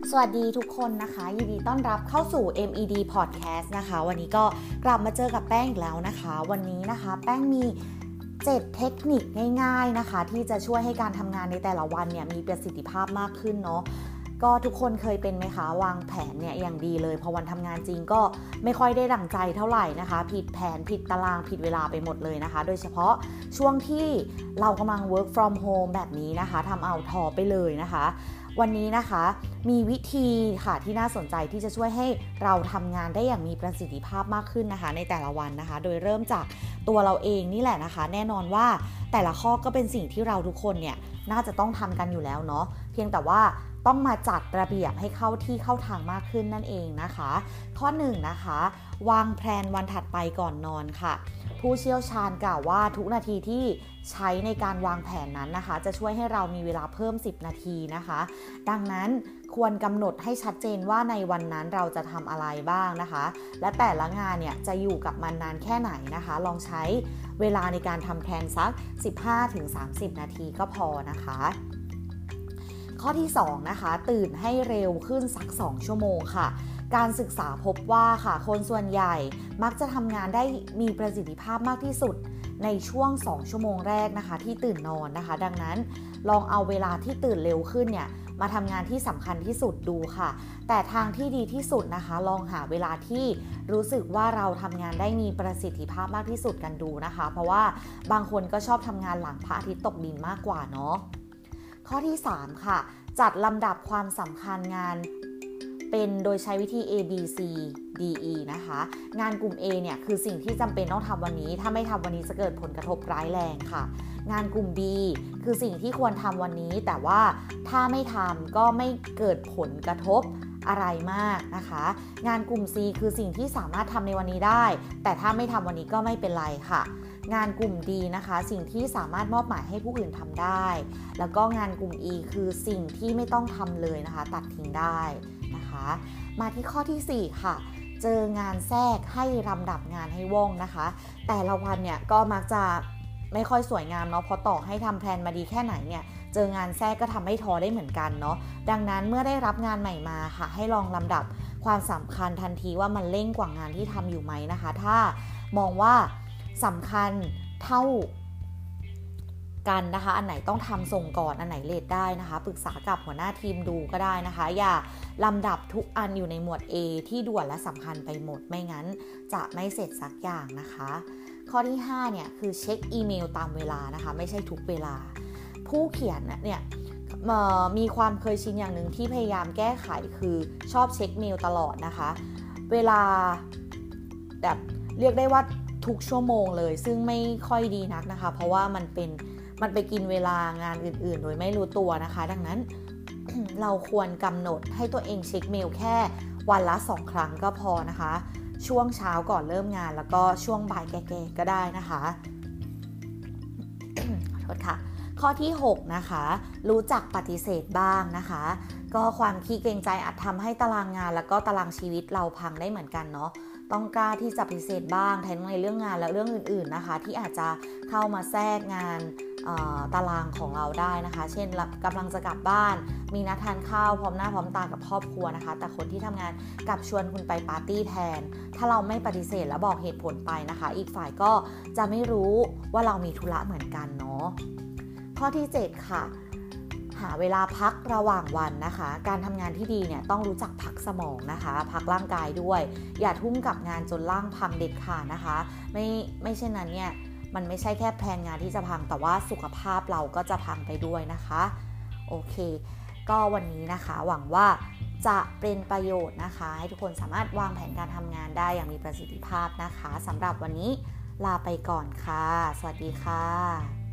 สวัสดีทุกคนนะคะยินดีต้อนรับเข้าสู่ MED Podcast นะคะวันนี้ก็กลับมาเจอกับแป้งอีกแล้วนะคะวันนี้นะคะแป้งมี7เทคนิคง่ายๆนะคะที่จะช่วยให้การทำงานในแต่ละวันเนี่ยมีประสิทธิภาพมากขึ้นเนาะก็ทุกคนเคยเป็นไหมคะวางแผนเนี่ยอย่างดีเลยพอวันทำงานจริงก็ไม่ค่อยได้ดั่งใจเท่าไหร่นะคะผิดแผนผิดตารางผิดเวลาไปหมดเลยนะคะโดยเฉพาะช่วงที่เรากำลัง work from home แบบนี้นะคะทำเอาท้อไปเลยนะคะวันนี้นะคะมีวิธีค่ะที่น่าสนใจที่จะช่วยให้เราทำงานได้อย่างมีประสิทธิภาพมากขึ้นนะคะในแต่ละวันนะคะโดยเริ่มจากตัวเราเองนี่แหละนะคะแน่นอนว่าแต่ละข้อก็เป็นสิ่งที่เราทุกคนเนี่ยน่าจะต้องทำกันอยู่แล้วเนาะเพียงแต่ว่าต้องมาจัดระเบียบให้เข้าที่เข้าทางมากขึ้นนั่นเองนะคะข้อ1นะคะวางแผนวันถัดไปก่อนนอนค่ะผู้เชี่ยวชาญกล่าวว่าทุกนาทีที่ใช้ในการวางแผนนั้นนะคะจะช่วยให้เรามีเวลาเพิ่ม10นาทีนะคะดังนั้นควรกำหนดให้ชัดเจนว่าในวันนั้นเราจะทำอะไรบ้างนะคะและแต่ละงานเนี่ยจะอยู่กับมันนานแค่ไหนนะคะลองใช้เวลาในการทำแผนสัก 15-30 นาทีก็พอนะคะข้อที่2นะคะตื่นให้เร็วขึ้นสัก2ชั่วโมงค่ะการศึกษาพบว่าค่ะคนส่วนใหญ่มักจะทำงานได้มีประสิทธิภาพมากที่สุดในช่วง2ชั่วโมงแรกนะคะที่ตื่นนอนนะคะดังนั้นลองเอาเวลาที่ตื่นเร็วขึ้นเนี่ยมาทำงานที่สำคัญที่สุดดูค่ะแต่ทางที่ดีที่สุดนะคะลองหาเวลาที่รู้สึกว่าเราทำงานได้มีประสิทธิภาพมากที่สุดกันดูนะคะเพราะว่าบางคนก็ชอบทำงานหลังพระอาทิตย์ตกดินมากกว่าเนาะข้อที่3ค่ะจัดลำดับความสำคัญงานเป็นโดยใช้วิธี A B C D E นะคะงานกลุ่ม A เนี่ยคือสิ่งที่จำเป็นต้องทำวันนี้ถ้าไม่ทำวันนี้จะเกิดผลกระทบร้ายแรงค่ะงานกลุ่ม B คือสิ่งที่ควรทำวันนี้แต่ว่าถ้าไม่ทำก็ไม่เกิดผลกระทบอะไรมากนะคะงานกลุ่ม C คือสิ่งที่สามารถทำในวันนี้ได้แต่ถ้าไม่ทำวันนี้ก็ไม่เป็นไรค่ะงานกลุ่ม D นะคะสิ่งที่สามารถมอบหมายให้ผู้อื่นทำได้แล้วก็งานกลุ่ม E คือสิ่งที่ไม่ต้องทำเลยนะคะตัดทิ้งได้นะคะมาที่ข้อที่4ค่ะเจองานแทรกให้ลำดับงานให้ว่องนะคะแต่ละวันเนี่ยก็มักจะไม่ค่อยสวยงามเนาะเพราะต่อให้ทำแพลนมาดีแค่ไหนเนี่ยเจองานแทรกก็ทำให้ท้อได้เหมือนกันเนาะดังนั้นเมื่อได้รับงานใหม่มาค่ะให้ลองลำดับความสำคัญทันทีว่ามันเร่งกว่างานที่ทำอยู่ไหมนะคะถ้ามองว่าสำคัญเท่ากันนะคะอันไหนต้องทำส่งก่อนอันไหนเลทได้นะคะปรึกษากับหัวหน้าทีมดูก็ได้นะคะอย่าลำดับทุกอันอยู่ในหมวด A ที่ด่วนและสำคัญไปหมดไม่งั้นจะไม่เสร็จสักอย่างนะคะข้อที่5เนี่ยคือเช็คอีเมลตามเวลานะคะไม่ใช่ทุกเวลาผู้เขียนเนี่ยมีความเคยชินอย่างหนึ่งที่พยายามแก้ไขคือชอบเช็คเมลตลอดนะคะเวลาแบบเรียกได้ว่าทุกชั่วโมงเลยซึ่งไม่ค่อยดีนักนะคะเพราะว่ามันไปกินเวลางานอื่นๆโดยไม่รู้ตัวนะคะดังนั้น เราควรกำหนดให้ตัวเองเช็คเมลแค่วันละ2ครั้งก็พอนะคะช่วงเช้าก่อนเริ่มงานแล้วก็ช่วงบ่ายแก่ๆก็ได้นะคะ ขอโทษค่ะข้อที่6นะคะรู้จักปฏิเสธบ้างนะคะก็ความขี้เกรงใจอาจทำให้ตารางงานแล้วก็ตารางชีวิตเราพังได้เหมือนกันเนาะต้องกล้าที่จะปฏิเสธบ้างทั้งในเรื่องงานและเรื่องอื่นๆนะคะที่อาจจะเข้ามาแทรกงานตารางของเราได้นะคะเช่นกำลังจะกลับบ้านมีนัดทานข้าวพร้อมหน้าพร้อมตากับครอบครัวนะคะแต่คนที่ทำงานกลับชวนคุณไปปาร์ตี้แทนถ้าเราไม่ปฏิเสธและบอกเหตุผลไปนะคะอีกฝ่ายก็จะไม่รู้ว่าเรามีธุระเหมือนกันเนาะข้อที่7ค่ะหาเวลาพักระหว่างวันนะคะการทำงานที่ดีเนี่ยต้องรู้จักพักสมองนะคะพักร่างกายด้วยอย่าทุ่มกับงานจนร่างพังเด็ดขาดนะคะไม่เช่นนั้นเนี่ยมันไม่ใช่แค่แพลนงานที่จะพังแต่ว่าสุขภาพเราก็จะพังไปด้วยนะคะโอเคก็วันนี้นะคะหวังว่าจะเป็นประโยชน์นะคะให้ทุกคนสามารถวางแผนการทำงานได้อย่างมีประสิทธิภาพนะคะสำหรับวันนี้ลาไปก่อนค่ะสวัสดีค่ะ